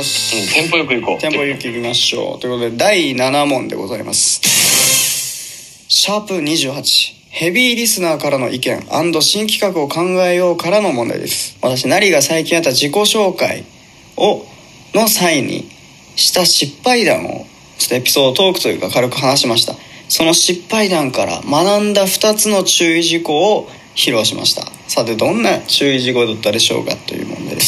し、テンポよくいこう。 テンポよくいきましょう。ということで第7問でございます。シャープ28、ヘビーリスナーからの意見&新企画を考えようからの問題です。私ナリが最近やった自己紹介の際にした失敗談をちょっとエピソードトークというか軽く話しました。その失敗談から学んだ2つの注意事項を披露しました。さてどんな注意事項だったでしょうかという問題です。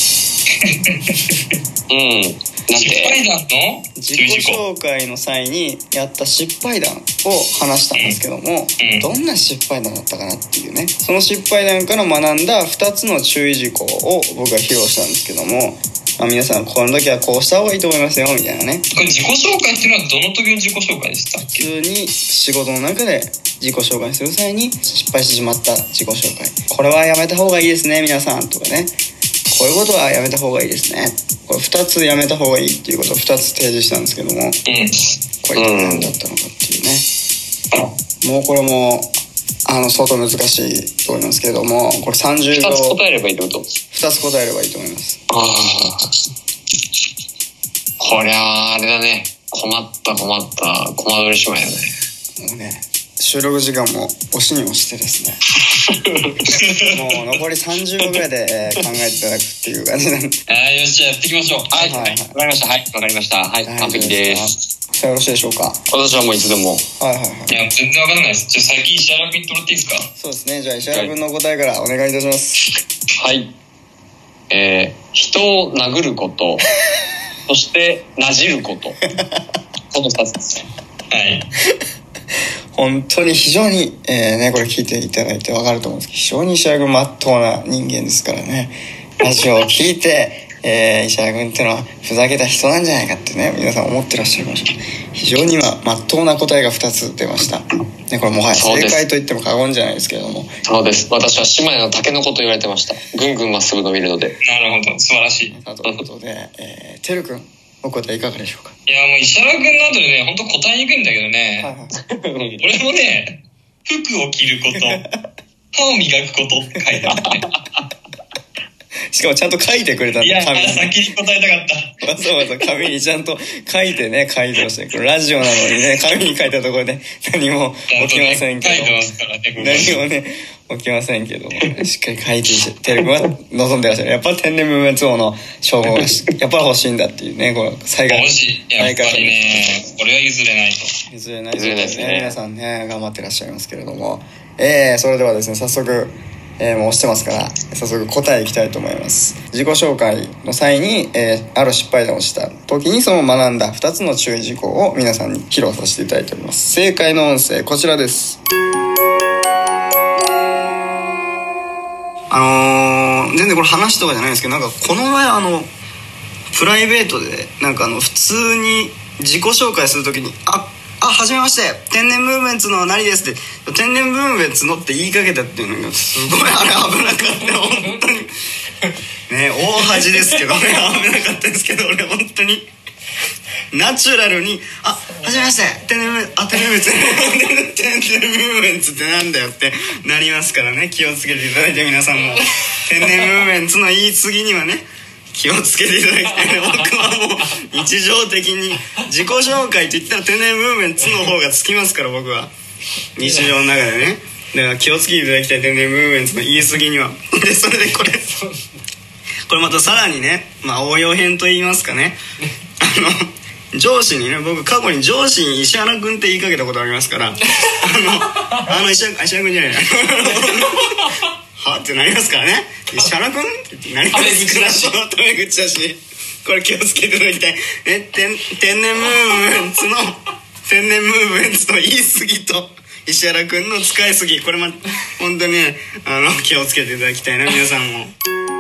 失敗談の自己紹介の際にやった失敗談を話したんですけども、どんな失敗談だったかなっていうね、その失敗談から学んだ2つの注意事項を僕は披露したんですけども、皆さんこの時はこうした方がいいと思いますよみたいなね。 これ自己紹介っていうのはどの時の自己紹介でしたっけ？ 普通に仕事の中で自己紹介する際に失敗してしまった自己紹介、これはやめた方がいいですね皆さんとかね、こういうことはやめた方がいいですね、これ2つやめた方がいいっていうことを2つ提示したんですけども、これ何だったのかっていうね、もうこれも相当難しいと思いますけれども、これ30秒 2つ答えればいいってこと？ 2つ答えればいいと思います。 こりゃあれだね、困った戸惑い姉妹だね。 もうね、収録時間も押しに押してですねもう残り30秒ぐらいで、考えていただくっていう感じなんで、 よし、じゃあやっていきましょう。はい、わかりました。はい、わかりました。はい、完璧です。 よろしいでしょうか？ 私はもういつでも。 いや全然わかんないです。じゃあ先石原君とっていいですか？ そうですね、じゃあ石原君の答えからお願いいたします。 はい、人を殴ることそしてなじることこの2つですね。はい本当に非常に、これ聞いていただいて分かると思うんですけど、非常に石原君まっとうな人間ですからね、ラジオを聞いて、石原君っていうのはふざけた人なんじゃないかってね、皆さん思ってらっしゃいました。非常に今まっとうな答えが2つ出ました、ね、これもはや正解と言っても過言じゃないですけれども。 そうです。私は姉妹のタケノコと言われてました。ぐんぐんまっすぐ伸びるので。なるほど、素晴らしい。 ということで、てる君お答えいかがでしょうか？ いや、もう石原君の後でね、本当答えにくいんだけどね、俺もね、服を着ること歯を磨くことって書いてあってしかもちゃんと書いてくれたんだ。 いや、先に答えたかった。 わざわざ紙にちゃんと書いてね、書いてましたね。これラジオなのにね、紙に書いたところで何も起きませんけど、 書いてますからね、 何もね起きませんけども、しっかり書いてテレビは望んでらっしゃる。やっぱり天然無滅王の称号がやっぱり欲しいんだっていうね、この災害欲しい。やっぱりね、これは譲れないと。 譲れないですね。皆さんね頑張ってらっしゃいますけれども、それではですね、早速もう押してますから早速答えいきたいと思います。自己紹介の際に、ある失敗談をした時にその学んだ2つの注意事項を皆さんに披露させていただいております。正解の音声こちらです。全然これ話とかじゃないんですけど、なんかこの前プライベートでなんか普通に自己紹介するときにはじめまして天然ムーブメンツのなりですって、天然ムーブメンツのって言いかけたっていうのがすごい危なかった本当にね、大恥ですけどね、危なかったですけど、俺本当にナチュラルにはじめまして天然ムーブメンツ天然ムーブメンツってなんだよってなりますからね、気をつけていただいて皆さんも天然ムーブメンツの言い過ぎにはね気をつけていただきたいね。僕はもう日常的に自己紹介と言ったら天然ムーブメンツの方がつきますから、僕は日常の中でね。だから気をつけていただきたい、天然ムーブメンツの言い過ぎには。でそれでこれまたさらにね、応用編と言いますかね、上司にね、僕過去に上司に石原君って言いかけたことありますから石原君じゃないはってなりますからね、石原君ってなりますから、タメ口だし、これ気をつけていただきたい、ね、天然ムーブメンツの言い過ぎと石原君の使いすぎ、これ本当にね気をつけていただきたいな、皆さんも。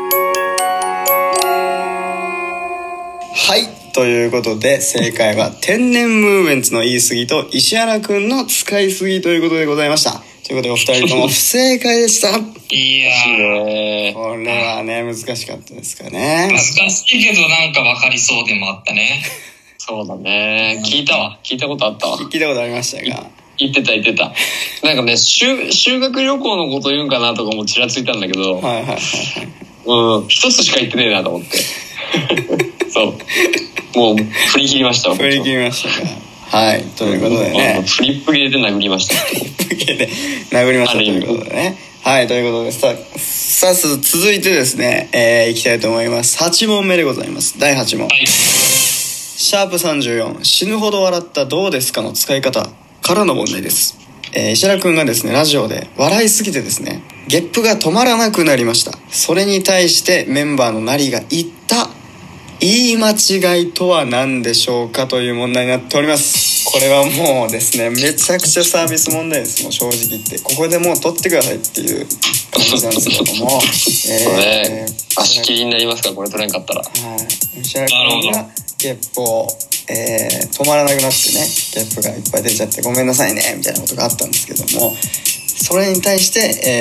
はい、ということで正解は天然ムーブメンツの言い過ぎと石原くんの使いすぎということでございました。ということでお二人とも不正解でした。 いやー、 これはね難しかったですかね。 難しいけどなんか分かりそうでもあったね。そうだね、聞いたことあったわ。 聞いたことありましたが、 言ってたなんかね、修学旅行のこと言うんかなとかもちらついたんだけど、一つしか言ってねえなと思ってもう振り切りました。 振り切りましたか。はい、ということでね、 フリップゲーで殴りました。 フリップゲーで殴りましたということでね。はい、ということでさあ続いてですね、いきたいと思います。8問目でございます。第8問、シャープ34、死ぬほど笑ったどうですかの使い方からの問題です。石原くんがですね、ラジオで笑いすぎてですね、ゲップが止まらなくなりました。それに対してメンバーのナリが言った言い間違いとは何でしょうかという問題になっております。これはもうですね、めちゃくちゃサービス問題です。もう正直言ってここでもう取ってくださいっていう感じなんですけども足切りになりますから、これ取れんかったら。 石原君がゲップを、止まらなくなってね、ゲップがいっぱい出ちゃってごめんなさいねみたいなことがあったんですけども、それに対して、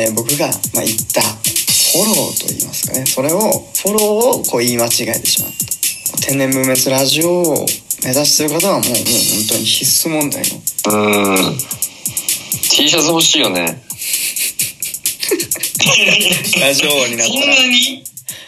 僕が、言ったフォローと言いますかね、それをフォローをこう言い間違えてしまった。天然無滅ラジオを目指してる方はもう本当に必須問題の T シャツ欲しいよね。 ラジオになったらそんなに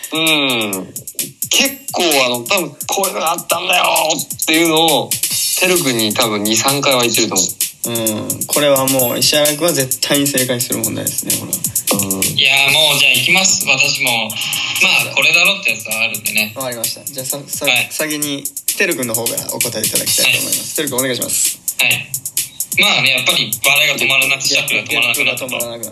結構多分こういうのがあったんだよっていうのをてるくんに多分 2,3 回は言ってると思う。 これはもう石原君は絶対に正解する問題ですね、これは。 いやもうじゃあ行きます。私もこれだろってやつはあるんでね。 わかりました。じゃあ先にてるくんの方からお答えいただきたいと思います。てるくんお願いします。 はい。やっぱり笑いが止まらなくて、シャッフルが止まらなくなったと。ゲップが止まらなくなった。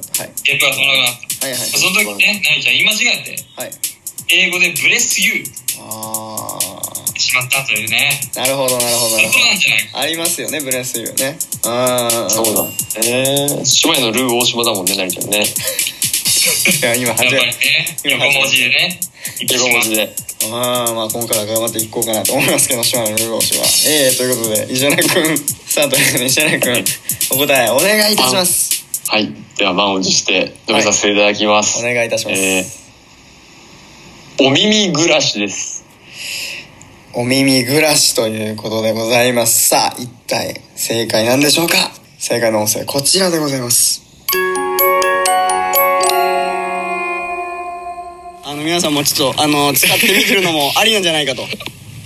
はいはい。その時ね、なりちゃん言い間違えて、英語でブレスユーしまったというね。 なるほどなるほど。 そうなんじゃない。 ありますよね、ブレスユーね。 そうだ。姉妹のルー大島だもんね、なりちゃんね。 今初めて横文字でね。 横文字で。 今から頑張っていこうかなと思いますけど、姉妹のルー大島。ということで、石原くんスタートですね。石原くんお答えお願いいたします。 はい。では満を持して述べさせていただきます。 お願いいたします。 お耳暮らしです。 お耳暮らしということでございます。さあ、一体正解なんでしょうか。正解の音声こちらでございます。皆さんもちょっと使ってみてるのもありなんじゃないかと。 ちょっ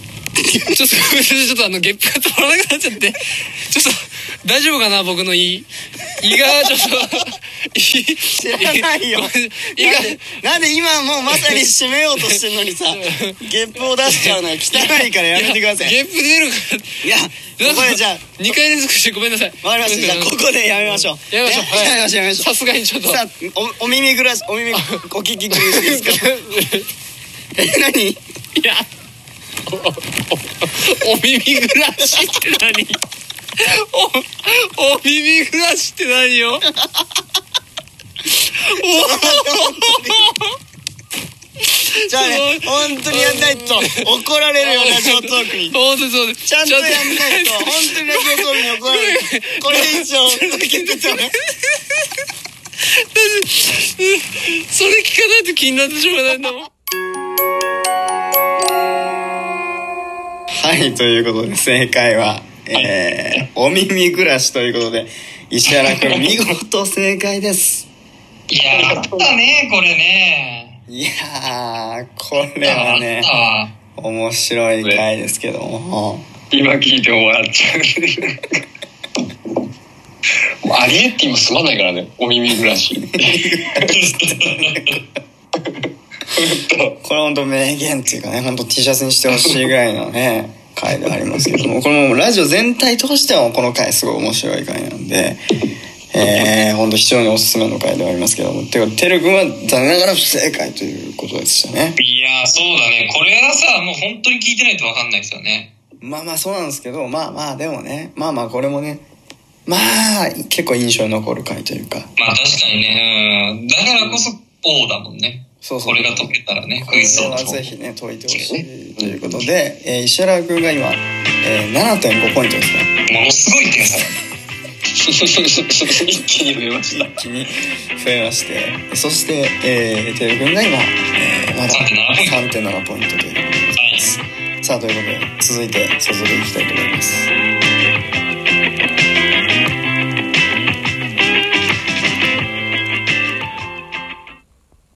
とゲップが止まらなくなっちゃって、ちょっと大丈夫かな、僕の胃がちょっと知らないよ。なんで今もうまさに締めようとしてるのにさ、ゲップを出しちゃうのよ。汚いからやめてください。 ゲップ出るから。 いや、これじゃあ 2回連続してごめんなさい。 わかりました。じゃあここでやめましょう。 やめましょう。さすがにちょっと。 さあ、お耳ぐらし、お聞き苦しいですか。何？ いや。お耳暮らしって何？お耳暮らしって何よ？ じゃあね、本当にやんないと怒られるよ、ラジオトークに。 本当にそうです。 ちゃんとやんないと本当にラジオトークに怒られる。これ以上続けてたら。 それ聞かないと気になってしょうがないんだもん。 はい、ということで正解は、お耳暮らしということで、石原くん見事正解です。 いやー、あったね、これね。 いやー、これはね、面白い回ですけども。 今聞いても笑っちゃう。アリエッティもすまないからね、お耳暮らし。 これ本当名言っていうかね、本当 T シャツにしてほしいぐらいのね回でありますけども、これもラジオ全体通してはこの回すごい面白い回なんで、本当非常におすすめの回ではありますけども、てるくんは残念ながら不正解ということでしたね。 いやそうだね、これはさもう本当に聞いてないと分かんないですよね。 そうなんですけど、でもね、これもね、結構印象に残る回というか、 確かにね、だからこそ王だもんね。そうこれが解けたらね、 これはぜひね解いてほしいということで、石原くんが今、7.5 ポイントですね。 ものすごい点差。 一気に増えました。 一気に増えまして、そして、てるくんが今、まだ 3.7 ポイントということでございます。さあ、ということで続いて早速いきたいと思います。